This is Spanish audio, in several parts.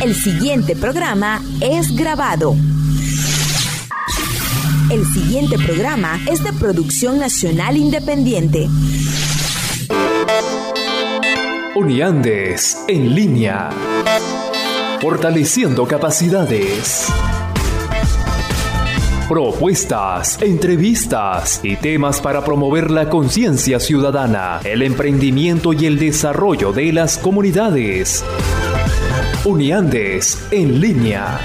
El siguiente programa es grabado. El siguiente programa es de producción nacional independiente. Uniandes en línea. Fortaleciendo capacidades. Propuestas, entrevistas y temas para promover la conciencia ciudadana, el emprendimiento y el desarrollo de las comunidades. Uniandes en línea.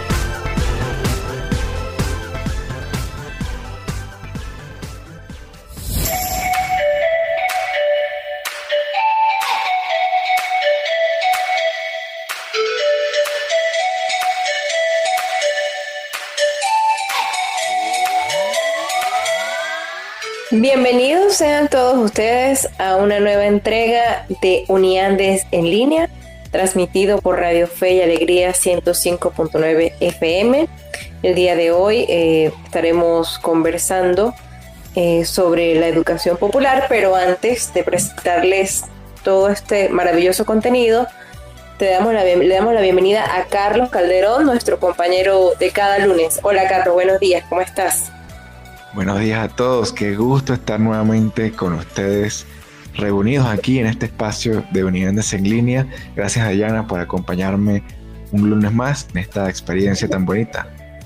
Bienvenidos sean todos ustedes a una nueva entrega de Uniandes en línea, transmitido por Radio Fe y Alegría 105.9 FM. El día de hoy estaremos conversando sobre la educación popular, pero antes de presentarles todo este maravilloso contenido, le damos la bienvenida a Carlos Calderón, nuestro compañero de cada lunes. Hola Carlos, buenos días, ¿cómo estás? Buenos días a todos, qué gusto estar nuevamente con ustedes reunidos aquí en este espacio de Uniandes en línea. Gracias Dayana por acompañarme un lunes más en esta experiencia tan bonita.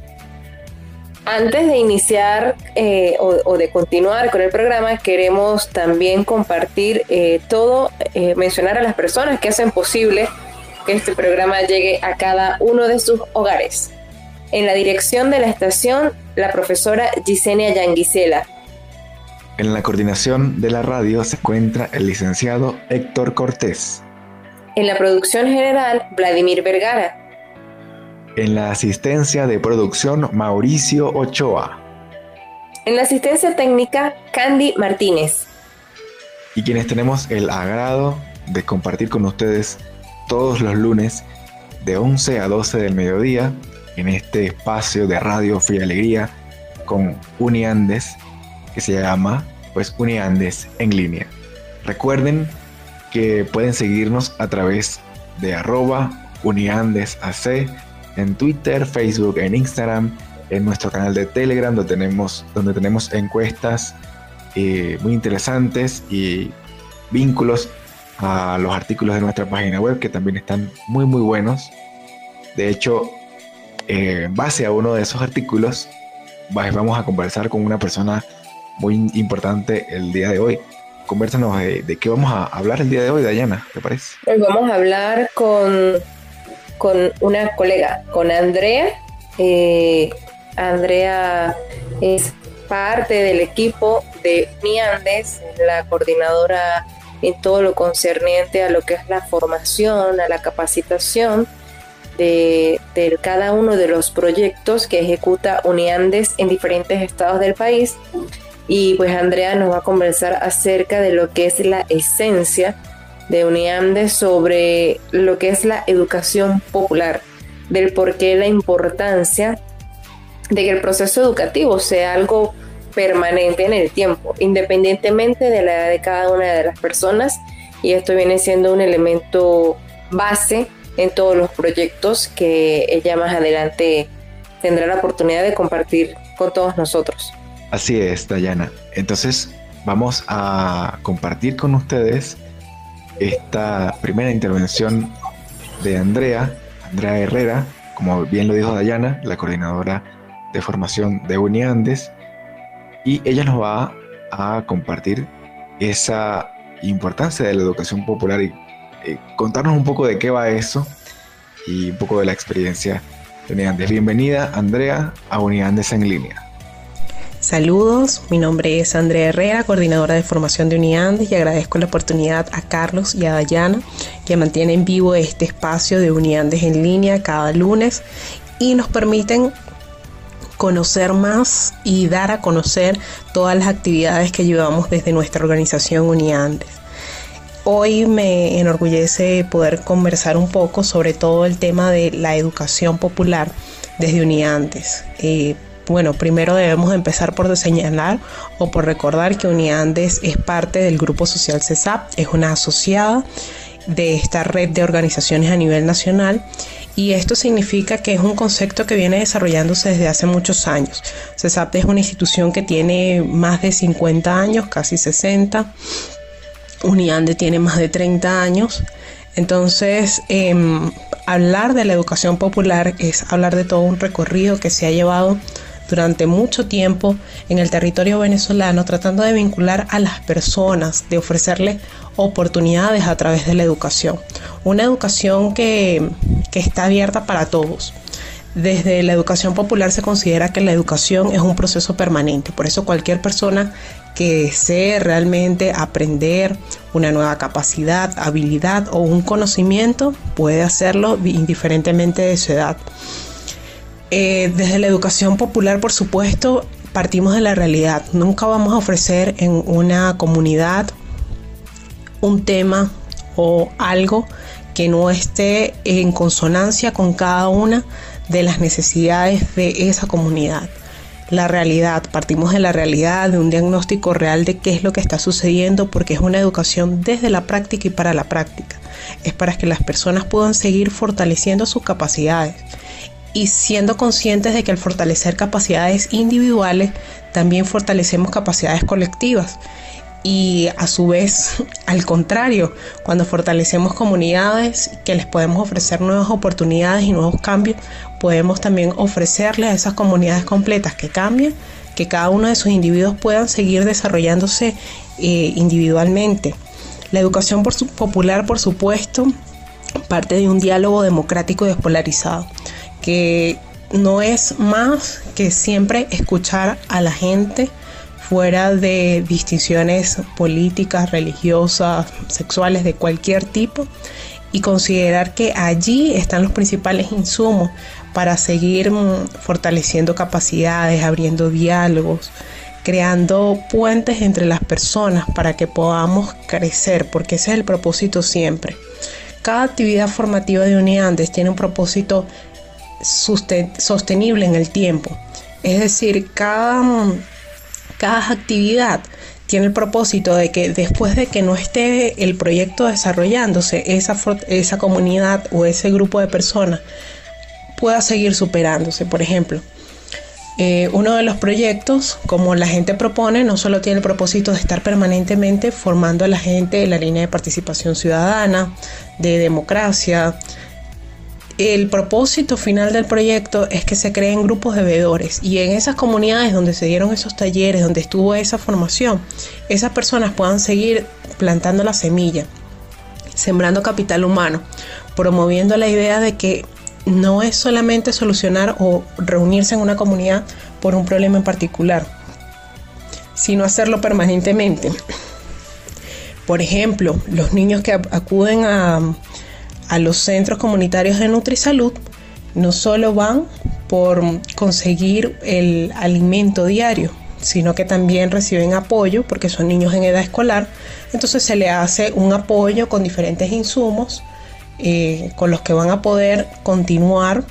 Antes de iniciar o de continuar con el programa, queremos también compartir mencionar a las personas que hacen posible que este programa llegue a cada uno de sus hogares. En la dirección de la estación, la profesora Gisenia Yanguisela. En la coordinación de la radio se encuentra el licenciado Héctor Cortés. En la producción general, Vladimir Vergara. En la asistencia de producción, Mauricio Ochoa. En la asistencia técnica, Candy Martínez. Y quienes tenemos el agrado de compartir con ustedes todos los lunes de 11 a 12 del mediodía en este espacio de Radio Fe y Alegría con Uniandes, que se llama pues Uniandes en línea. Recuerden que pueden seguirnos a través de @UniandesAC en Twitter, Facebook, en Instagram, en nuestro canal de Telegram, donde tenemos encuestas muy interesantes y vínculos a los artículos de nuestra página web, que también están muy muy buenos. De hecho, en base a uno de esos artículos vamos a conversar con una persona muy importante el día de hoy. Convérsanos de qué vamos a hablar el día de hoy, Dayana, ¿te parece? Hoy vamos a hablar con una colega, con Andrea. Andrea es parte del equipo de Uniandes, la coordinadora en todo lo concerniente a lo que es la formación, a la capacitación de cada uno de los proyectos que ejecuta Uniandes en diferentes estados del país. Y pues Andrea nos va a conversar acerca de lo que es la esencia de Uniandes sobre lo que es la educación popular, del por qué la importancia de que el proceso educativo sea algo permanente en el tiempo, independientemente de la edad de cada una de las personas, y esto viene siendo un elemento base en todos los proyectos que ella más adelante tendrá la oportunidad de compartir con todos nosotros. Así es, Dayana. Entonces vamos a compartir con ustedes esta primera intervención de Andrea Herrera, como bien lo dijo Dayana, la coordinadora de formación de Uniandes, y ella nos va a compartir esa importancia de la educación popular y contarnos un poco de qué va eso y un poco de la experiencia de Uniandes. Bienvenida, Andrea, a Uniandes en línea. Saludos, mi nombre es Andrea Herrera, coordinadora de formación de Uniandes, y agradezco la oportunidad a Carlos y a Dayana, que mantienen vivo este espacio de Uniandes en línea cada lunes y nos permiten conocer más y dar a conocer todas las actividades que llevamos desde nuestra organización Uniandes. Hoy me enorgullece poder conversar un poco sobre todo el tema de la educación popular desde Uniandes. Bueno, primero debemos empezar por señalar o por recordar que Uniandes es parte del Grupo Social CESAP, es una asociada de esta red de organizaciones a nivel nacional, y esto significa que es un concepto que viene desarrollándose desde hace muchos años. CESAPTE es una institución que tiene más de 50 años, casi 60. Uniande tiene más de 30 años. Entonces, hablar de la educación popular es hablar de todo un recorrido que se ha llevado durante mucho tiempo en el territorio venezolano, tratando de vincular a las personas, de ofrecerles oportunidades a través de la educación. Una educación que está abierta para todos. Desde la educación popular se considera que la educación es un proceso permanente, por eso cualquier persona que desee realmente aprender una nueva capacidad, habilidad o un conocimiento puede hacerlo indiferentemente de su edad. Desde la educación popular, por supuesto, partimos de la realidad. Nunca vamos a ofrecer en una comunidad un tema o algo que no esté en consonancia con cada una de las necesidades de esa comunidad. La realidad, partimos de la realidad, de un diagnóstico real de qué es lo que está sucediendo, porque es una educación desde la práctica y para la práctica. Es para que las personas puedan seguir fortaleciendo sus capacidades y siendo conscientes de que al fortalecer capacidades individuales, también fortalecemos capacidades colectivas. Y a su vez, al contrario, cuando fortalecemos comunidades que les podemos ofrecer nuevas oportunidades y nuevos cambios, podemos también ofrecerles a esas comunidades completas que cambien, que cada uno de sus individuos puedan seguir desarrollándose individualmente. La educación popular, por supuesto, parte de un diálogo democrático y despolarizado, que no es más que siempre escuchar a la gente fuera de distinciones políticas, religiosas, sexuales, de cualquier tipo, y considerar que allí están los principales insumos para seguir fortaleciendo capacidades, abriendo diálogos, creando puentes entre las personas para que podamos crecer, porque ese es el propósito siempre. Cada actividad formativa de Uniandes tiene un propósito sostenible en el tiempo, es decir, cada actividad tiene el propósito de que después de que no esté el proyecto desarrollándose, esa comunidad o ese grupo de personas pueda seguir superándose. Por ejemplo, uno de los proyectos, como la gente propone, no solo tiene el propósito de estar permanentemente formando a la gente en la línea de participación ciudadana, de democracia. El propósito final del proyecto es que se creen grupos de veedores, y en esas comunidades donde se dieron esos talleres, donde estuvo esa formación, esas personas puedan seguir plantando la semilla, sembrando capital humano, promoviendo la idea de que no es solamente solucionar o reunirse en una comunidad por un problema en particular, sino hacerlo permanentemente. Por ejemplo, los niños que acuden a los centros comunitarios de NutriSalud no solo van por conseguir el alimento diario, sino que también reciben apoyo porque son niños en edad escolar. Entonces se le hace un apoyo con diferentes insumos con los que van a poder continuar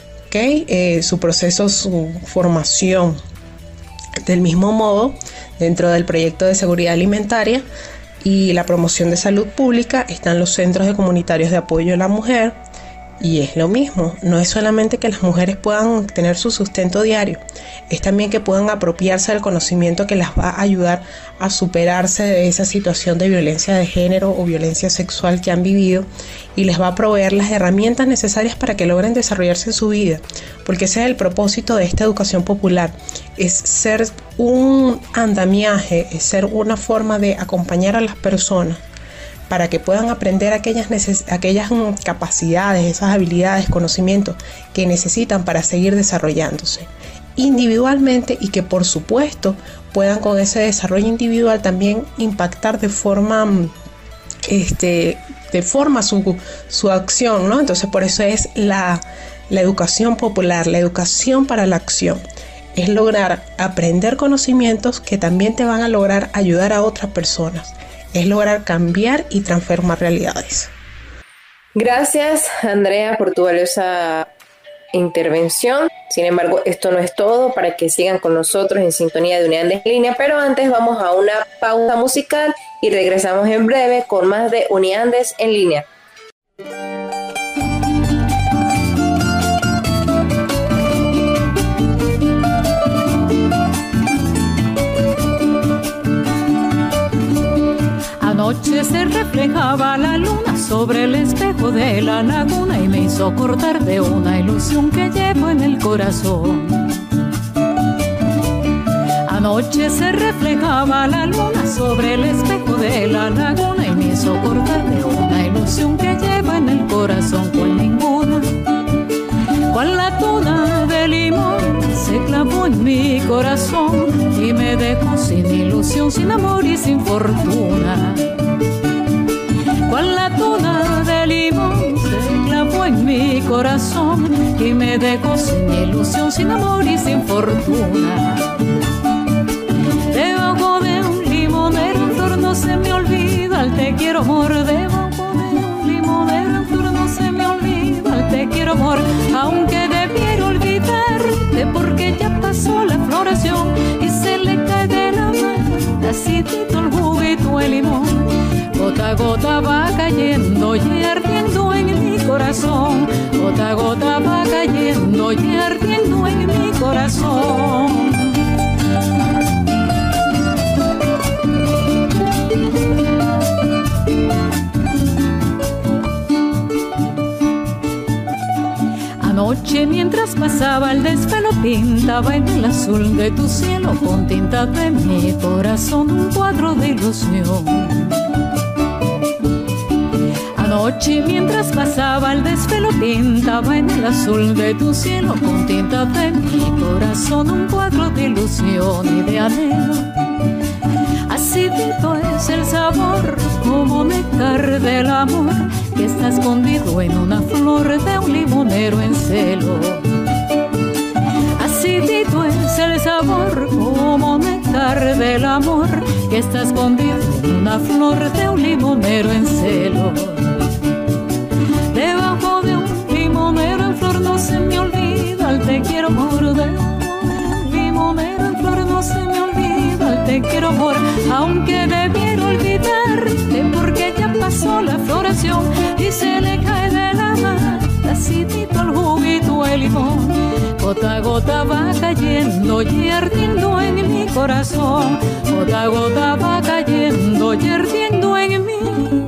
su proceso, su formación. Del mismo modo, dentro del proyecto de seguridad alimentaria y la promoción de salud pública están los centros comunitarios de apoyo a la mujer, y es lo mismo. No es solamente que las mujeres puedan tener su sustento diario, es también que puedan apropiarse del conocimiento que las va a ayudar a superarse de esa situación de violencia de género o violencia sexual que han vivido, y les va a proveer las herramientas necesarias para que logren desarrollarse en su vida, porque ese es el propósito de esta educación popular, es ser un andamiaje, es ser una forma de acompañar a las personas para que puedan aprender aquellas capacidades, esas habilidades, conocimientos que necesitan para seguir desarrollándose individualmente, y que por supuesto puedan con ese desarrollo individual también impactar de forma su acción, ¿no? Entonces por eso es la educación popular, la educación para la acción. Es lograr aprender conocimientos que también te van a lograr ayudar a otras personas. Es lograr cambiar y transformar realidades. Gracias, Andrea, por tu valiosa intervención. Sin embargo, esto no es todo, para que sigan con nosotros en sintonía de Uniandes en línea, pero antes vamos a una pausa musical y regresamos en breve con más de Uniandes en línea. Anoche se reflejaba la luna sobre el espejo de la laguna y me hizo acordar de una ilusión que llevo en el corazón. Anoche se reflejaba la luna sobre el espejo de la laguna y me hizo acordar de una ilusión que llevo en el corazón. Cual ninguna, cual la tuna de limón se clavó en mi corazón y me dejó sin ilusión, sin amor y sin fortuna. Cual la tuna de limón se clavó en mi corazón y me dejó sin ilusión, sin amor y sin fortuna. Debajo de un limonero en flor no se me olvida el te quiero amor. Debajo de un limonero en flor no se me olvida el te quiero amor. Aunque debiera olvidarte porque ya pasó la floración y se le cae de la mano acidito el juguito el limón. Gota a gota va cayendo y ardiendo en mi corazón. Gota a gota va cayendo y ardiendo en mi corazón. Anoche mientras pasaba el desvelo pintaba en el azul de tu cielo con tinta de mi corazón un cuadro de ilusión. Anoche mientras pasaba el desvelo pintaba en el azul de tu cielo con tinta de mi corazón un cuadro de ilusión y de anhelo. Acidito es el sabor como néctar del amor que está escondido en una flor de un limonero en celo. Acidito es el sabor como néctar del amor que está escondido en una flor de un limonero en celo. Debajo de un limonero en flor no se me olvida el te quiero amor. Debajo de un limonero en flor no se me olvida el te quiero amor. Aunque debiera olvidarte porque ya pasó la floración y se le cae de la mano acidito el juguito el limón. Gota a gota va cayendo y ardiendo en mi corazón. Gota a gota va cayendo y ardiendo en mi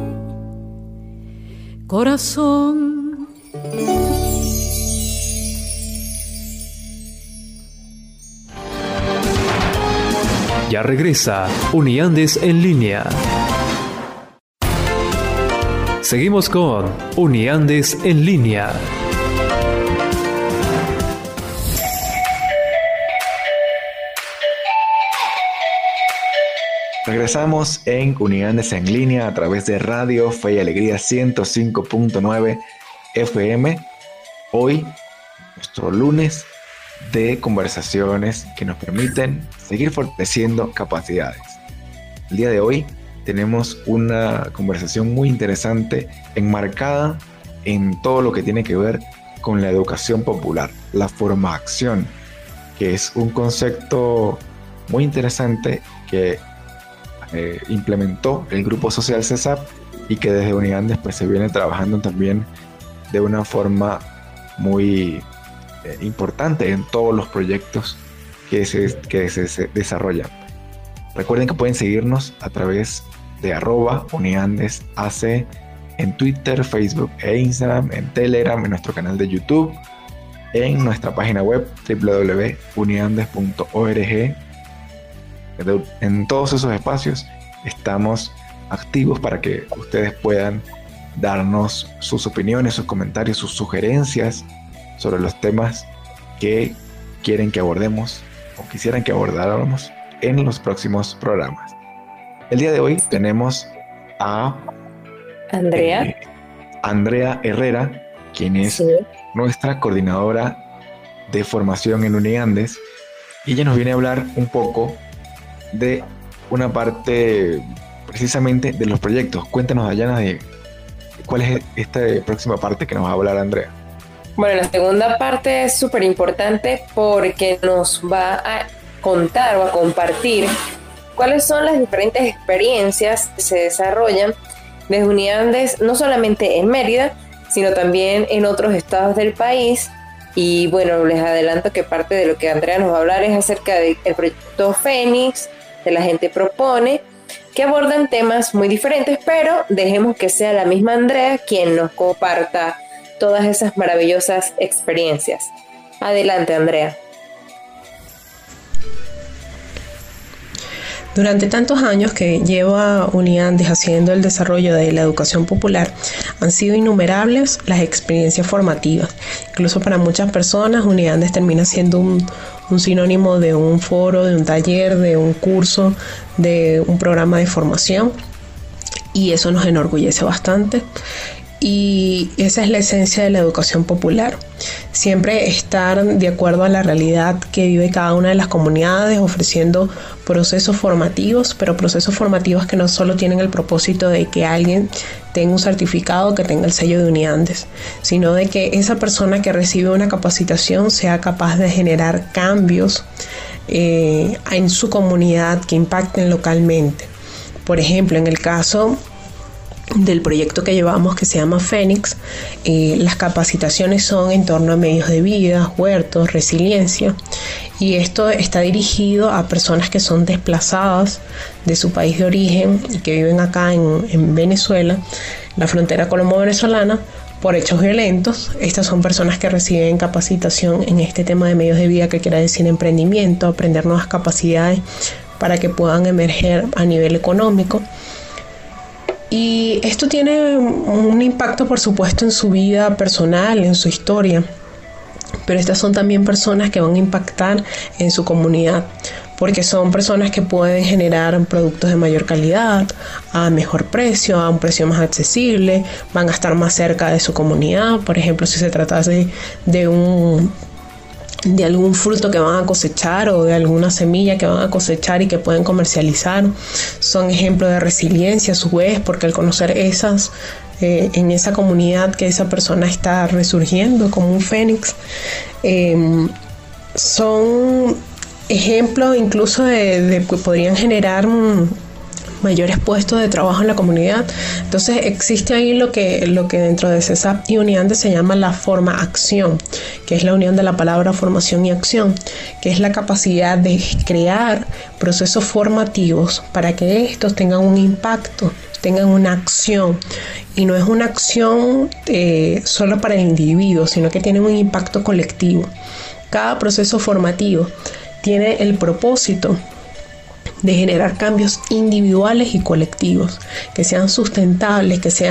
corazón. Ya regresa Uniandes en línea. Seguimos con Uniandes en línea. Regresamos en Uniandes en línea a través de Radio Fe y Alegría 105.9 FM. Hoy, nuestro lunes de conversaciones que nos permiten seguir fortaleciendo capacidades. El día de hoy tenemos una conversación muy interesante enmarcada en todo lo que tiene que ver con la educación popular, la formación, que es un concepto muy interesante que implementó el Grupo Social CESAP y que desde Uniandes pues se viene trabajando también de una forma muy importante en todos los proyectos que se desarrollan. Recuerden que pueden seguirnos a través de @uniandesac en Twitter, Facebook e Instagram, en Telegram, en nuestro canal de YouTube, en nuestra página web www.uniandes.org. En todos esos espacios estamos activos para que ustedes puedan darnos sus opiniones, sus comentarios, sus sugerencias sobre los temas que quieren que abordemos o quisieran que abordáramos en los próximos programas. El día de hoy tenemos a Andrea Herrera, quien es nuestra coordinadora de formación en Uniandes, y ella nos viene a hablar un poco de una parte precisamente de los proyectos. Cuéntanos, Dayana, de cuál es esta próxima parte que nos va a hablar Andrea. Bueno, la segunda parte es súper importante porque nos va a contar o a compartir cuáles son las diferentes experiencias que se desarrollan desde Uniandes, no solamente en Mérida, sino también en otros estados del país. Y bueno, les adelanto que parte de lo que Andrea nos va a hablar es acerca del proyecto Fénix, de La Gente Propone, que abordan temas muy diferentes, pero dejemos que sea la misma Andrea quien nos comparta todas esas maravillosas experiencias. Adelante, Andrea. Durante tantos años que lleva Uniandes haciendo el desarrollo de la educación popular, han sido innumerables las experiencias formativas. Incluso para muchas personas, Uniandes termina siendo un sinónimo de un foro, de un taller, de un curso, de un programa de formación, y eso nos enorgullece bastante. Y esa es la esencia de la educación popular. Siempre estar de acuerdo a la realidad que vive cada una de las comunidades, ofreciendo procesos formativos, pero procesos formativos que no solo tienen el propósito de que alguien tenga un certificado, que tenga el sello de Uniandes, sino de que esa persona que recibe una capacitación sea capaz de generar cambios en su comunidad que impacten localmente. Por ejemplo, en el caso del proyecto que llevamos, que se llama Fénix, las capacitaciones son en torno a medios de vida, huertos, resiliencia, y esto está dirigido a personas que son desplazadas de su país de origen y que viven acá en Venezuela, la frontera colombo-venezolana, por hechos violentos. Estas son personas que reciben capacitación en este tema de medios de vida, que quiere decir emprendimiento, aprender nuevas capacidades para que puedan emerger a nivel económico. Y esto tiene un impacto, por supuesto, en su vida personal, en su historia, pero estas son también personas que van a impactar en su comunidad, porque son personas que pueden generar productos de mayor calidad, a mejor precio, a un precio más accesible, van a estar más cerca de su comunidad. Por ejemplo, si se tratase de algún fruto que van a cosechar o de alguna semilla que van a cosechar y que pueden comercializar, son ejemplos de resiliencia a su vez, porque al conocer en esa comunidad que esa persona está resurgiendo como un fénix, son ejemplos incluso de que podrían generar mayores puestos de trabajo en la comunidad. Entonces existe ahí lo que dentro de CESAP y Uniandes se llama la forma-acción, que es la unión de la palabra formación y acción, que es la capacidad de crear procesos formativos para que estos tengan un impacto, tengan una acción, y no es una acción solo para el individuo, sino que tiene un impacto colectivo. Cada proceso formativo tiene el propósito de generar cambios individuales y colectivos, que sean sustentables, que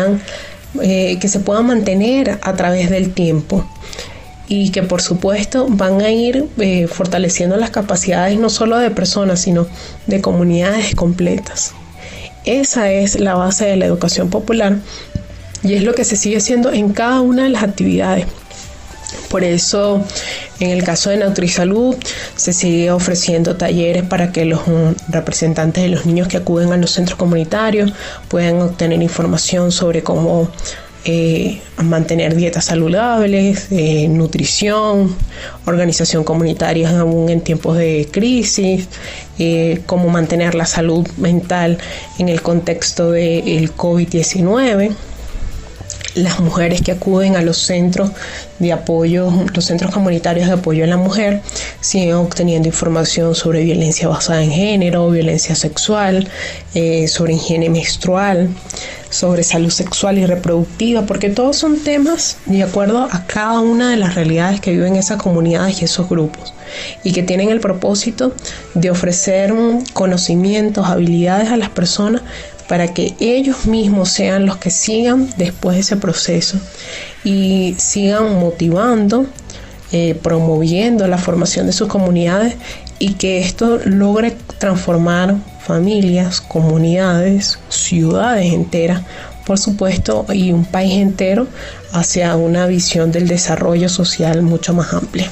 se puedan mantener a través del tiempo, y que por supuesto van a ir fortaleciendo las capacidades no solo de personas, sino de comunidades completas. Esa es la base de la educación popular y es lo que se sigue haciendo en cada una de las actividades. Por eso, en el caso de NutriSalud, se sigue ofreciendo talleres para que los representantes de los niños que acuden a los centros comunitarios puedan obtener información sobre cómo mantener dietas saludables, nutrición, organización comunitaria aún en tiempos de crisis, cómo mantener la salud mental en el contexto del COVID-19. Las mujeres que acuden a los centros de apoyo, los centros comunitarios de apoyo a la mujer, siguen obteniendo información sobre violencia basada en género, violencia sexual, sobre higiene menstrual, sobre salud sexual y reproductiva, porque todos son temas de acuerdo a cada una de las realidades que viven esas comunidades y esos grupos, y que tienen el propósito de ofrecer conocimientos, habilidades a las personas para que ellos mismos sean los que sigan después de ese proceso y sigan motivando, promoviendo la formación de sus comunidades, y que esto logre transformar familias, comunidades, ciudades enteras, por supuesto, y un país entero hacia una visión del desarrollo social mucho más amplia.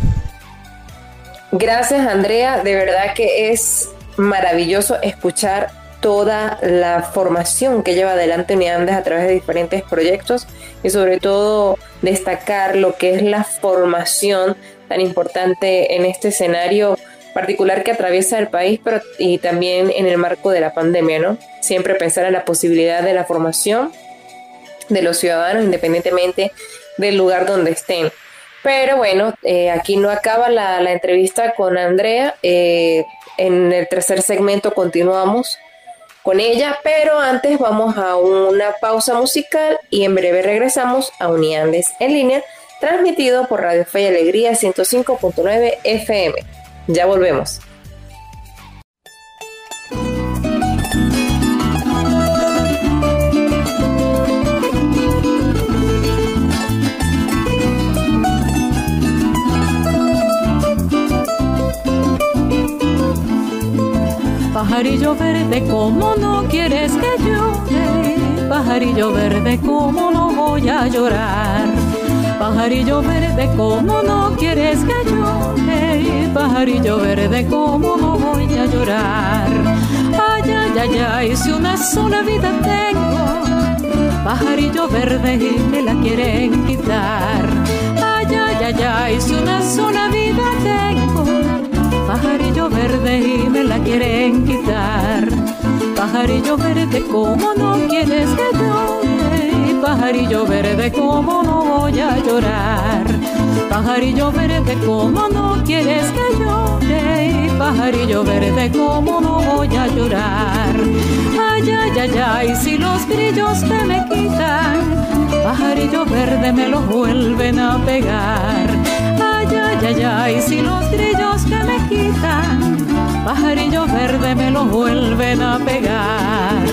Gracias, Andrea. De verdad que es maravilloso escuchar toda la formación que lleva adelante Uniandes a través de diferentes proyectos, y sobre todo destacar lo que es la formación tan importante en este escenario particular que atraviesa el país, pero y también en el marco de la pandemia, ¿no? Siempre pensar en la posibilidad de la formación de los ciudadanos independientemente del lugar donde estén. Pero bueno, aquí no acaba la entrevista con Andrea. En el tercer segmento continuamos con ella, pero antes vamos a una pausa musical y en breve regresamos a Uniandes en línea, transmitido por Radio Fe y Alegría 105.9 FM. Ya volvemos. Pajarillo verde, ¿cómo no quieres que llore? Pajarillo verde, ¿cómo no voy a llorar? Pajarillo verde, ¿cómo no quieres que llore? Pajarillo verde, ¿cómo no voy a llorar? Ay, ay, ay, ay, si una sola vida tengo, pajarillo verde y me la quieren quitar. Ay, ay, ay, ay, si una sola vida tengo, pajarillo verde y me la quieren quitar. Pajarillo verde, ¿cómo no quieres que llore? Pajarillo verde, ¿cómo no voy a llorar? Pajarillo verde, ¿cómo no quieres que llore? Pajarillo verde, ¿cómo no voy a llorar? Ay, ay, ay, ay, si los grillos que me quitan, pajarillo verde me los vuelven a pegar. Ay, ay, ay, ay, si los grillos que me quitan, pajarillo verde me los vuelven a pegar.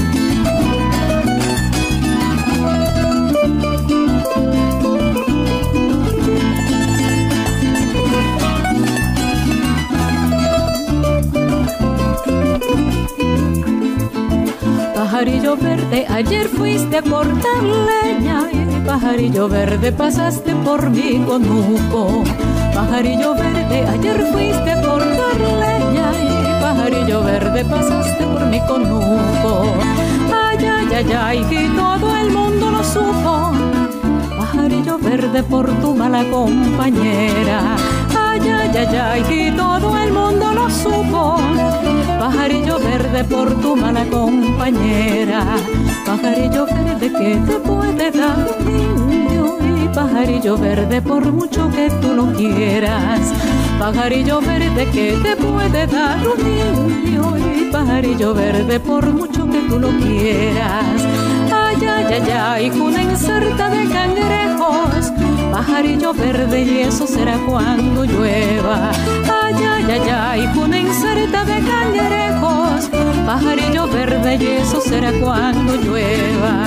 Pajarillo verde, ayer fuiste a cortar leña y pajarillo verde pasaste por mi conuco. Pajarillo verde, ayer fuiste a cortar leña y pajarillo verde pasaste por mi conuco. Ay, ay, ay, ay, que todo el mundo lo supo. Pajarillo verde por tu mala compañera. Ay, ay, ay, ay, que todo el mundo lo supo. Pajarillo verde por tu mala compañera. Pajarillo verde que te puede dar un indio y pajarillo verde por mucho que tú lo quieras. Pajarillo verde que te puede dar un indio y pajarillo verde por mucho que tú lo quieras. Ay, ay, ay, ay, una inserta de cangrejos, pajarillo verde y eso será cuando llueva. Ay, ay, ay, ay, una inserta de cangrejos, pajarillo verde y eso será cuando llueva.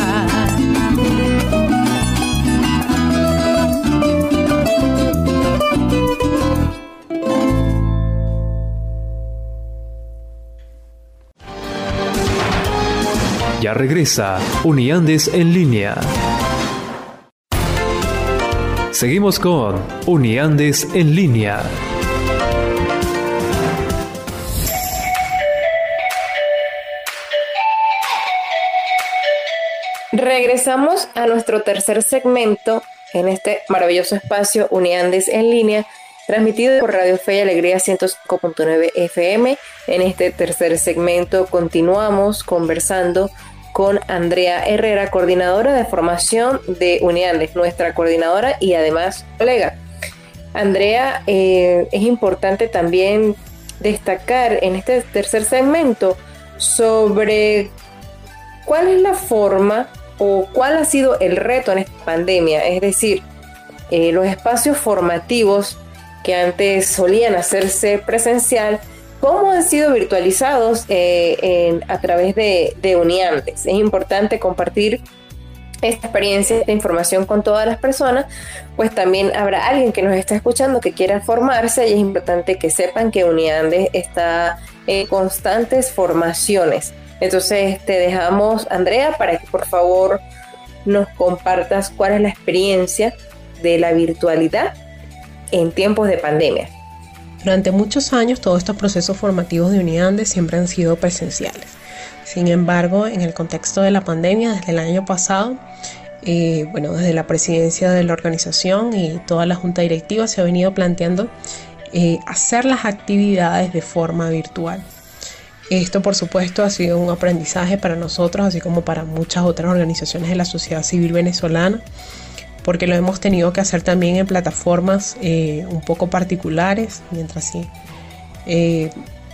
Ya regresa Uniandes en línea. Seguimos con Uniandes en línea. Regresamos a nuestro tercer segmento en este maravilloso espacio Uniandes en línea, transmitido por Radio Fe y Alegría 105.9 FM. En este tercer segmento continuamos conversando con Andrea Herrera, coordinadora de formación de Uniandes, nuestra coordinadora y además colega. Andrea, es importante también destacar en este tercer segmento sobre cuál es la forma o cuál ha sido el reto en esta pandemia, es decir, los espacios formativos que antes solían hacerse presencial, cómo han sido virtualizados a través de Uniandes. Es importante compartir esta experiencia, esta información con todas las personas, pues también habrá alguien que nos está escuchando que quiera formarse y es importante que sepan que Uniandes está en constantes formaciones. Entonces te dejamos, Andrea, para que por favor nos compartas cuál es la experiencia de la virtualidad en tiempos de pandemia. Durante muchos años todos estos procesos formativos de Uniandes siempre han sido presenciales. Sin embargo, en el contexto de la pandemia, desde el año pasado, desde la presidencia de la organización y toda la junta directiva se ha venido planteando hacer las actividades de forma virtual. Esto, por supuesto, ha sido un aprendizaje para nosotros, así como para muchas otras organizaciones de la sociedad civil venezolana, porque lo hemos tenido que hacer también en plataformas un poco particulares, mientras sí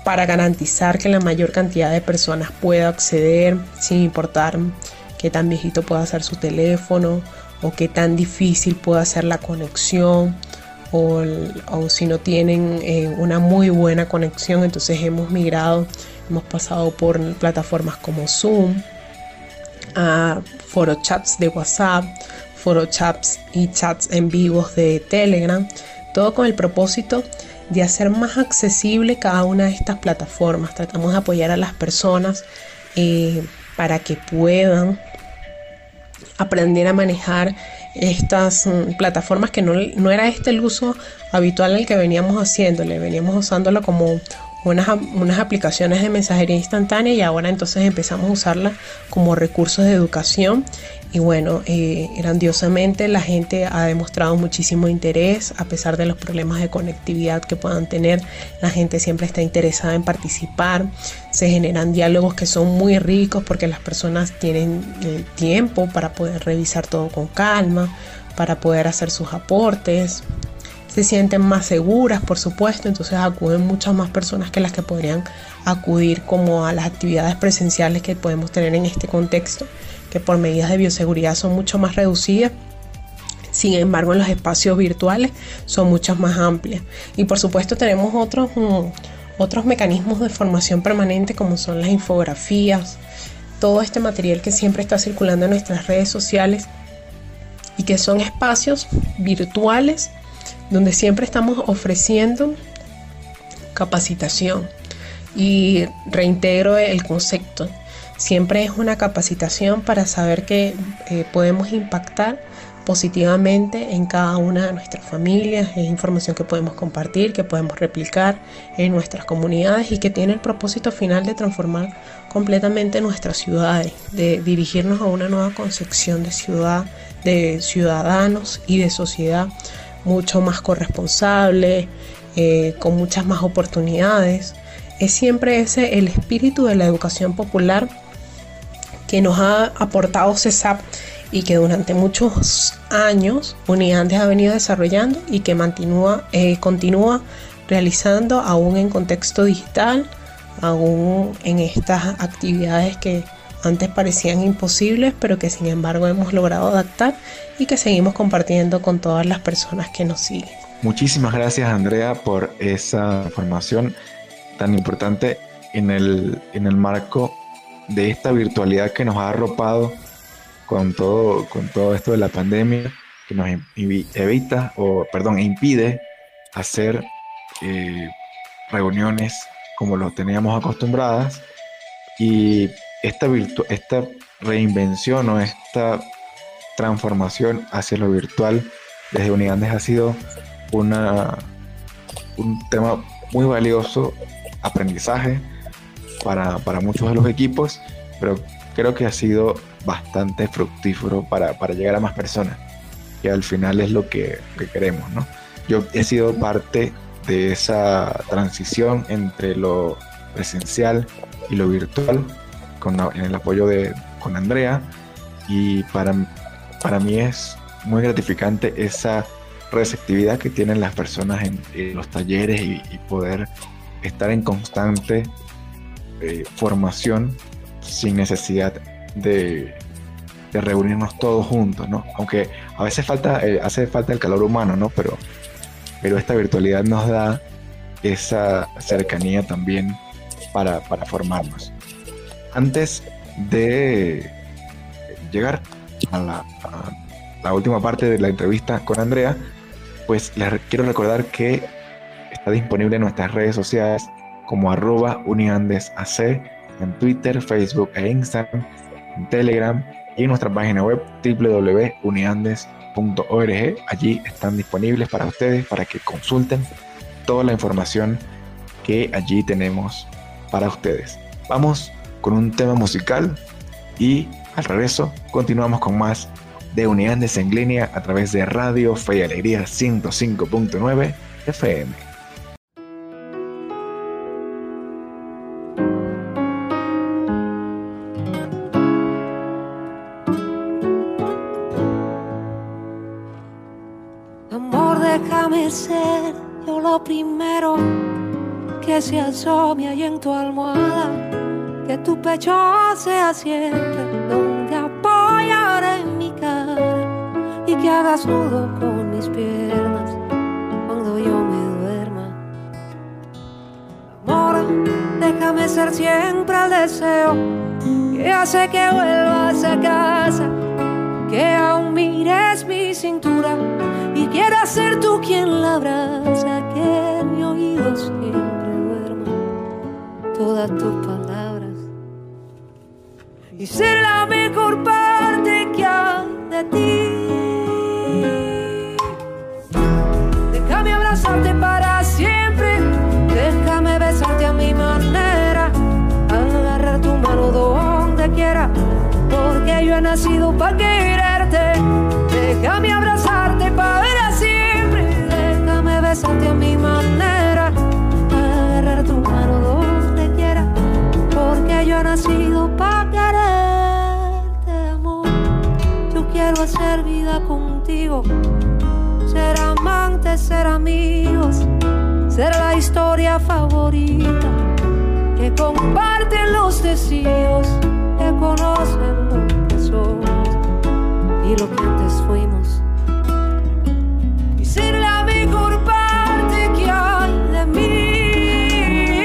para garantizar que la mayor cantidad de personas pueda acceder, sin importar qué tan viejito pueda ser su teléfono o qué tan difícil pueda ser la conexión, o si no tienen una muy buena conexión. Entonces hemos pasado por plataformas como Zoom, a forochats de WhatsApp, forochats y chats en vivos de Telegram, todo con el propósito de hacer más accesible cada una de estas plataformas. Tratamos de apoyar a las personas para que puedan aprender a manejar estas plataformas, que no era el uso habitual el que veníamos haciéndole. Veníamos usándolo como unas aplicaciones de mensajería instantánea, y ahora entonces empezamos a usarlas como recursos de educación. Y bueno, grandiosamente la gente ha demostrado muchísimo interés, a pesar de los problemas de conectividad que puedan tener. La gente siempre está interesada en participar. Se generan diálogos que son muy ricos, porque las personas tienen el tiempo para poder revisar todo con calma, para poder hacer sus aportes. Se sienten más seguras, por supuesto, entonces acuden muchas más personas que las que podrían acudir como a las actividades presenciales que podemos tener en este contexto, que por medidas de bioseguridad son mucho más reducidas. Sin embargo, en los espacios virtuales son muchas más amplias. Y por supuesto tenemos otros mecanismos de formación permanente, como son las infografías, todo este material que siempre está circulando en nuestras redes sociales, y que son espacios virtuales donde siempre estamos ofreciendo capacitación. Y reintegro el concepto, siempre es una capacitación para saber que podemos impactar positivamente en cada una de nuestras familias. Es información que podemos compartir, que podemos replicar en nuestras comunidades, y que tiene el propósito final de transformar completamente nuestras ciudades, de dirigirnos a una nueva concepción de ciudad, de ciudadanos y de sociedad mucho más corresponsable, con muchas más oportunidades. Es siempre ese el espíritu de la educación popular que nos ha aportado CESAP, y que durante muchos años Uniandes ha venido desarrollando, y que continúa realizando aún en contexto digital, aún en estas actividades que antes parecían imposibles, pero que sin embargo hemos logrado adaptar, y que seguimos compartiendo con todas las personas que nos siguen. Muchísimas gracias, Andrea, por esa información tan importante en el marco de esta virtualidad que nos ha arropado con todo esto de la pandemia, que nos impide hacer reuniones como lo teníamos acostumbradas. Y esta reinvención o esta transformación hacia lo virtual desde Uniandes ha sido un tema muy valioso, aprendizaje para muchos de los equipos, pero creo que ha sido bastante fructífero para llegar a más personas, que al final es lo que queremos, ¿no? Yo he sido parte de esa transición entre lo presencial y lo virtual en el apoyo con Andrea, y para mí es muy gratificante esa receptividad que tienen las personas en los talleres, y poder estar en constante formación sin necesidad de reunirnos todos juntos, ¿no? Aunque a veces hace falta el calor humano, ¿no? Pero esta virtualidad nos da esa cercanía también para formarnos. Antes de llegar a la última parte de la entrevista con Andrea, pues les quiero recordar que está disponible en nuestras redes sociales como @uniandesac, en Twitter, Facebook e Instagram, en Telegram, y en nuestra página web www.uniandes.org. Allí están disponibles para ustedes, para que consulten toda la información que allí tenemos para ustedes. Vamos con un tema musical, y al regreso continuamos con más de Uniandes en línea a través de Radio Fe y Alegría 105.9 FM. Amor, déjame ser yo lo primero que se asome ahí en tu almohada, que tu pecho sea siempre donde apoyaré mi cara y que hagas nudo con mis piernas cuando yo me duerma. Amor, déjame ser siempre el deseo que hace que vuelvas a casa, que aún mires mi cintura y quieras ser tú quien la abraza, que en mi oído siempre duerma todas tus palabras y ser la mejor parte que hay de ti. Déjame abrazarte para siempre, déjame besarte a mi manera, agarrar tu mano donde quiera, porque yo he nacido para quererte. Déjame abrazarte para siempre, déjame besarte a mi manera, agarrar tu mano donde quiera, porque yo he nacido para quererte, amor. Yo quiero hacer vida contigo, ser amantes, ser amigos, ser la historia favorita que comparten los deseos, que conocen lo que somos y lo que antes fuimos, y ser la mejor parte que hay de mí.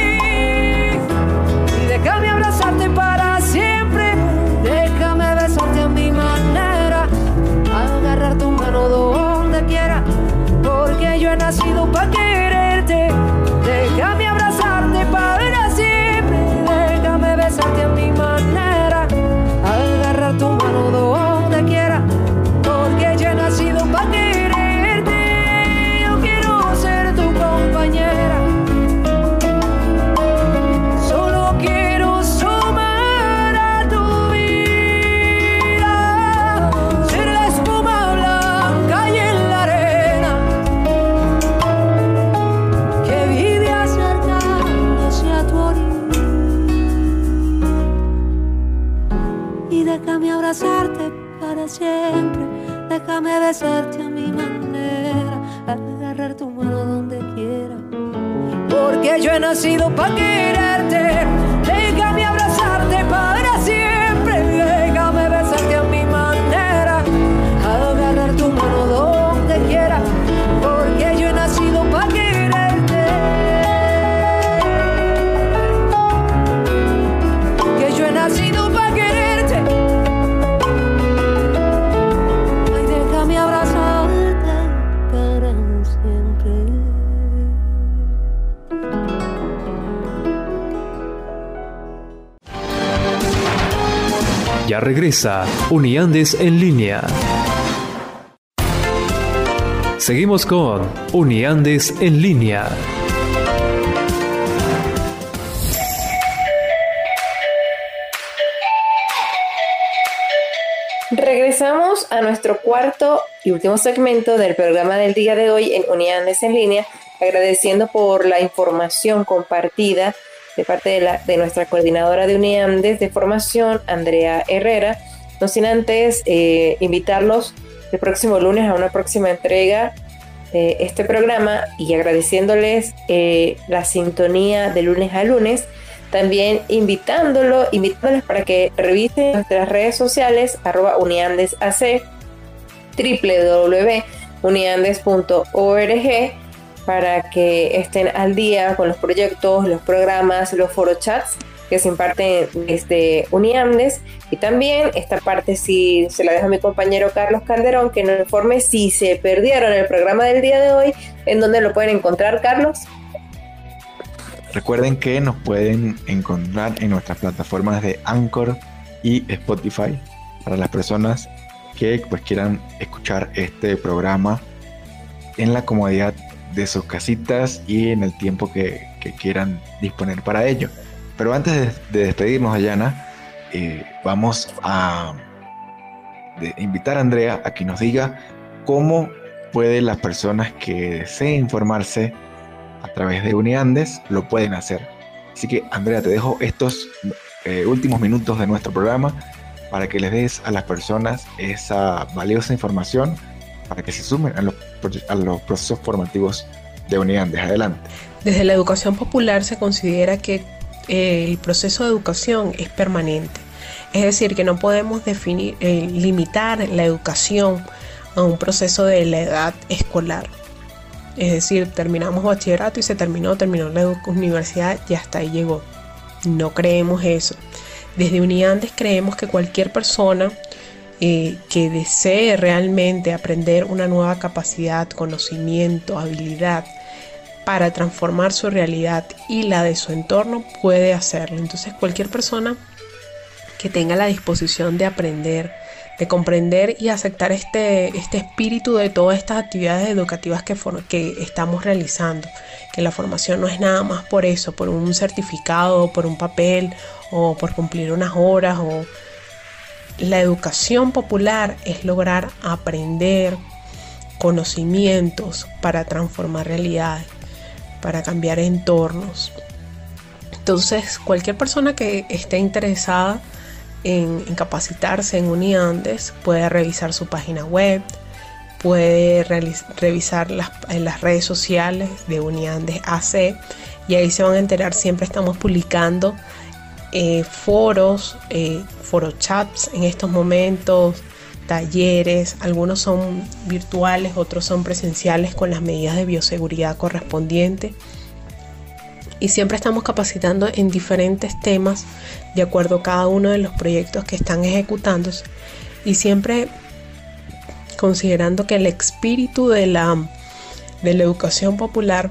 Y déjame abrazarte para siempre, déjame besarte a mi manera, agarrar tu mano donde quiera, porque yo he nacido para quererte. Déjame abrazarte para siempre, déjame besarte a mi manera, agarrar tu mano donde quiera, porque yo he nacido para quererte. Yo quiero ser tu compañera, solo quiero sumar a tu vida, ser la espuma blanca y en la arena que vive acercándose a tu orilla. Y déjame abrazarte para siempre, déjame besarte a mi manera, agarrar tu mano donde quiera, porque yo he nacido para quererte. Déjame abrazarte para siempre, déjame besarte a mi manera, agarrar tu mano donde quiera, porque yo he nacido para quererte, que yo he nacido para quererte. Ay, déjame abrazarte para siempre. Ya regresa Uniandes en línea. Seguimos con Uniandes en línea. Regresamos a nuestro cuarto y último segmento del programa del día de hoy en Uniandes en línea, agradeciendo por la información compartida de parte de nuestra coordinadora de Uniandes de formación, Andrea Herrera. No sin antes invitarlos el próximo lunes a una próxima entrega de este programa y agradeciéndoles la sintonía de lunes a lunes. También invitándoles para que revisen nuestras redes sociales, @uniandesac, www.uniandes.org, para que estén al día con los proyectos, los programas, los forochats que se imparten desde Uniandes. Y también esta parte sí se la dejo a mi compañero Carlos Calderón, que nos informe si se perdieron el programa del día de hoy, en donde lo pueden encontrar, Carlos. Recuerden que nos pueden encontrar en nuestras plataformas de Anchor y Spotify para las personas que pues quieran escuchar este programa en la comodidad de sus casitas y en el tiempo que quieran disponer para ello. Pero antes de despedirnos, Dayana, vamos a invitar a Andrea a que nos diga cómo pueden las personas que deseen informarse a través de Uniandes lo pueden hacer. Así que, Andrea, te dejo estos últimos minutos de nuestro programa para que les des a las personas esa valiosa información para que se sumen a los procesos formativos de Uniandes. Adelante. Desde la educación popular se considera que el proceso de educación es permanente. Es decir, que no podemos limitar la educación a un proceso de la edad escolar. Es decir, terminamos bachillerato y se terminó la universidad y hasta ahí llegó. No creemos eso. Desde Uniandes creemos que cualquier persona que desee realmente aprender una nueva capacidad, conocimiento, habilidad para transformar su realidad y la de su entorno puede hacerlo. Entonces cualquier persona que tenga la disposición de aprender, de comprender y aceptar este espíritu de todas estas actividades educativas que estamos realizando, que la formación no es nada más por eso, por un certificado, por un papel o por cumplir unas horas. La educación popular es lograr aprender conocimientos para transformar realidades, para cambiar entornos. Entonces, cualquier persona que esté interesada en capacitarse en Uniandes puede revisar su página web, puede revisar las redes sociales de Uniandes AC y ahí se van a enterar. Siempre estamos publicando forochats en estos momentos, talleres, algunos son virtuales, otros son presenciales con las medidas de bioseguridad correspondientes. Y siempre estamos capacitando en diferentes temas de acuerdo a cada uno de los proyectos que están ejecutándose y siempre considerando que el espíritu de la educación popular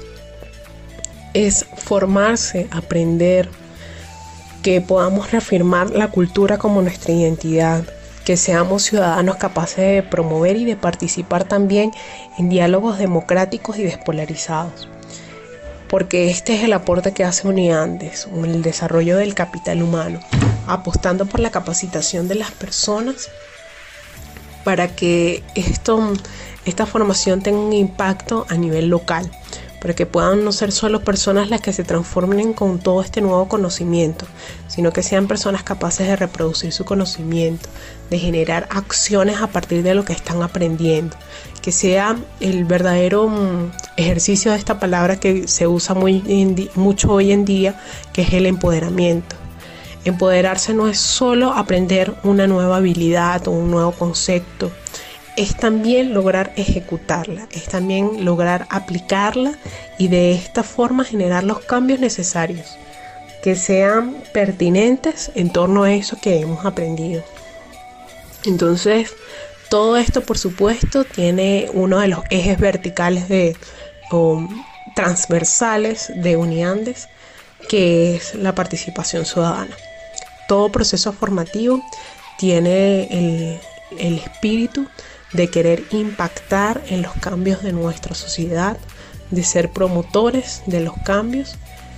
es formarse, aprender, que podamos reafirmar la cultura como nuestra identidad, que seamos ciudadanos capaces de promover y de participar también en diálogos democráticos y despolarizados. Porque este es el aporte que hace Uniandes, el desarrollo del capital humano, apostando por la capacitación de las personas para que esta formación tenga un impacto a nivel local, para que puedan no ser solo personas las que se transformen con todo este nuevo conocimiento, sino que sean personas capaces de reproducir su conocimiento, de generar acciones a partir de lo que están aprendiendo, que sea el verdadero ejercicio de esta palabra que se usa mucho hoy en día, que es el empoderamiento. Empoderarse no es solo aprender una nueva habilidad o un nuevo concepto, es también lograr ejecutarla, es también lograr aplicarla y de esta forma generar los cambios necesarios que sean pertinentes en torno a eso que hemos aprendido. Entonces, todo esto, por supuesto, tiene uno de los ejes verticales o transversales de Uniandes, que es la participación ciudadana. Todo proceso formativo tiene el espíritu de querer impactar en los cambios de nuestra sociedad, de ser promotores de los cambios.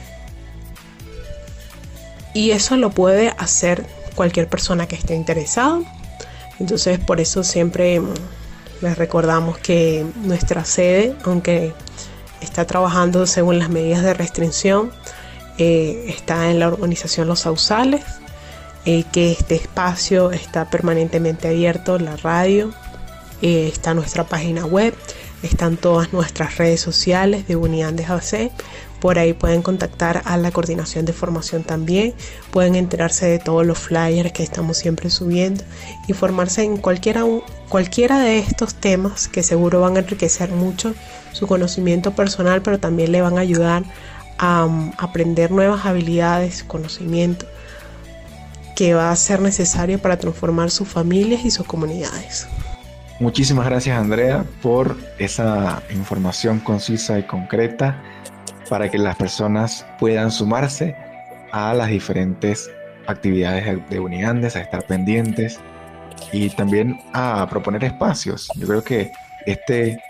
Y eso lo puede hacer cualquier persona que esté interesada. Entonces, por eso siempre les recordamos que nuestra sede, aunque está trabajando según las medidas de restricción, está en la urbanización Los Sausales, que este espacio está permanentemente abierto, la radio, está nuestra página web, están todas nuestras redes sociales de Uniandes AC. Por ahí pueden contactar a la coordinación de formación también, pueden enterarse de todos los flyers que estamos siempre subiendo y formarse en cualquiera de estos temas que seguro van a enriquecer mucho su conocimiento personal, pero también le van a ayudar a aprender nuevas habilidades, conocimiento que va a ser necesario para transformar sus familias y sus comunidades. Muchísimas gracias, Andrea, por esa información concisa y concreta para que las personas puedan sumarse a las diferentes actividades de Uniandes, a estar pendientes y también a proponer espacios. Yo creo que este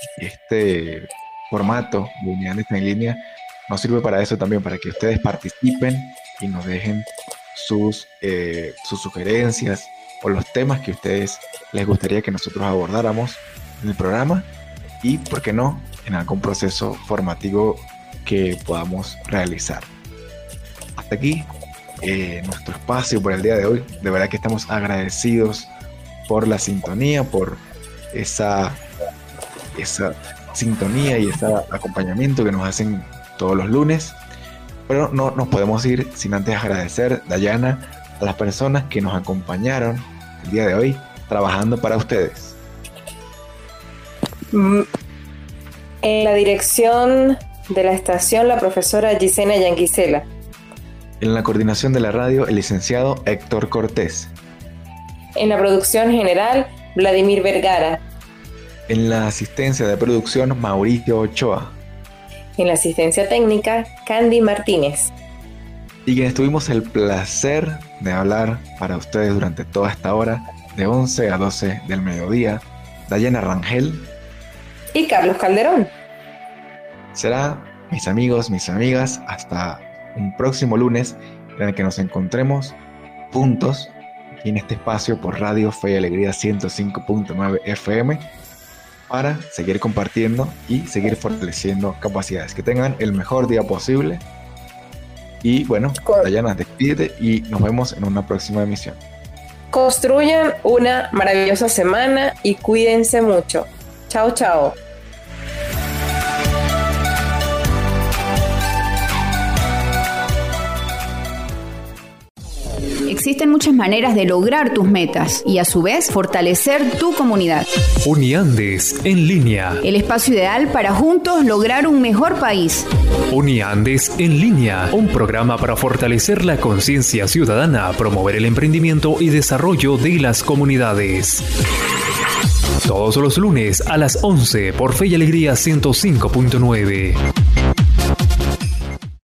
formato de Uniandes en línea nos sirve para eso también, para que ustedes participen y nos dejen sus sugerencias o los temas que a ustedes les gustaría que nosotros abordáramos en el programa y, ¿por qué no?, en algún proceso formativo que podamos realizar. Hasta aquí nuestro espacio por el día de hoy. De verdad que estamos agradecidos por la sintonía, por esa sintonía y ese acompañamiento que nos hacen todos los lunes. Pero no nos podemos ir sin antes agradecer, Dayana, a las personas que nos acompañaron el día de hoy trabajando para ustedes. En la dirección de la estación, la profesora Gisena Yanguisela. En la coordinación de la radio, el licenciado Héctor Cortés. En la producción general, Vladimir Vergara. En la asistencia de producción, Mauricio Ochoa. En la asistencia técnica, Candy Martínez. Y quienes tuvimos el placer de hablar para ustedes durante toda esta hora, de 11 a 12 del mediodía, Dayana Rangel y Carlos Calderón. Será, mis amigos, mis amigas, hasta un próximo lunes en el que nos encontremos juntos en este espacio por Radio Fe y Alegría 105.9 FM para seguir compartiendo y seguir fortaleciendo capacidades. Que tengan el mejor día posible. Y bueno, Dayana, despídete y nos vemos en una próxima emisión. Construyan una maravillosa semana y cuídense mucho. Chao, chao. Existen muchas maneras de lograr tus metas y a su vez fortalecer tu comunidad. Uniandes en línea. El espacio ideal para juntos lograr un mejor país. Uniandes en línea. Un programa para fortalecer la conciencia ciudadana, promover el emprendimiento y desarrollo de las comunidades. Todos los lunes a las 11 por Fe y Alegría 105.9.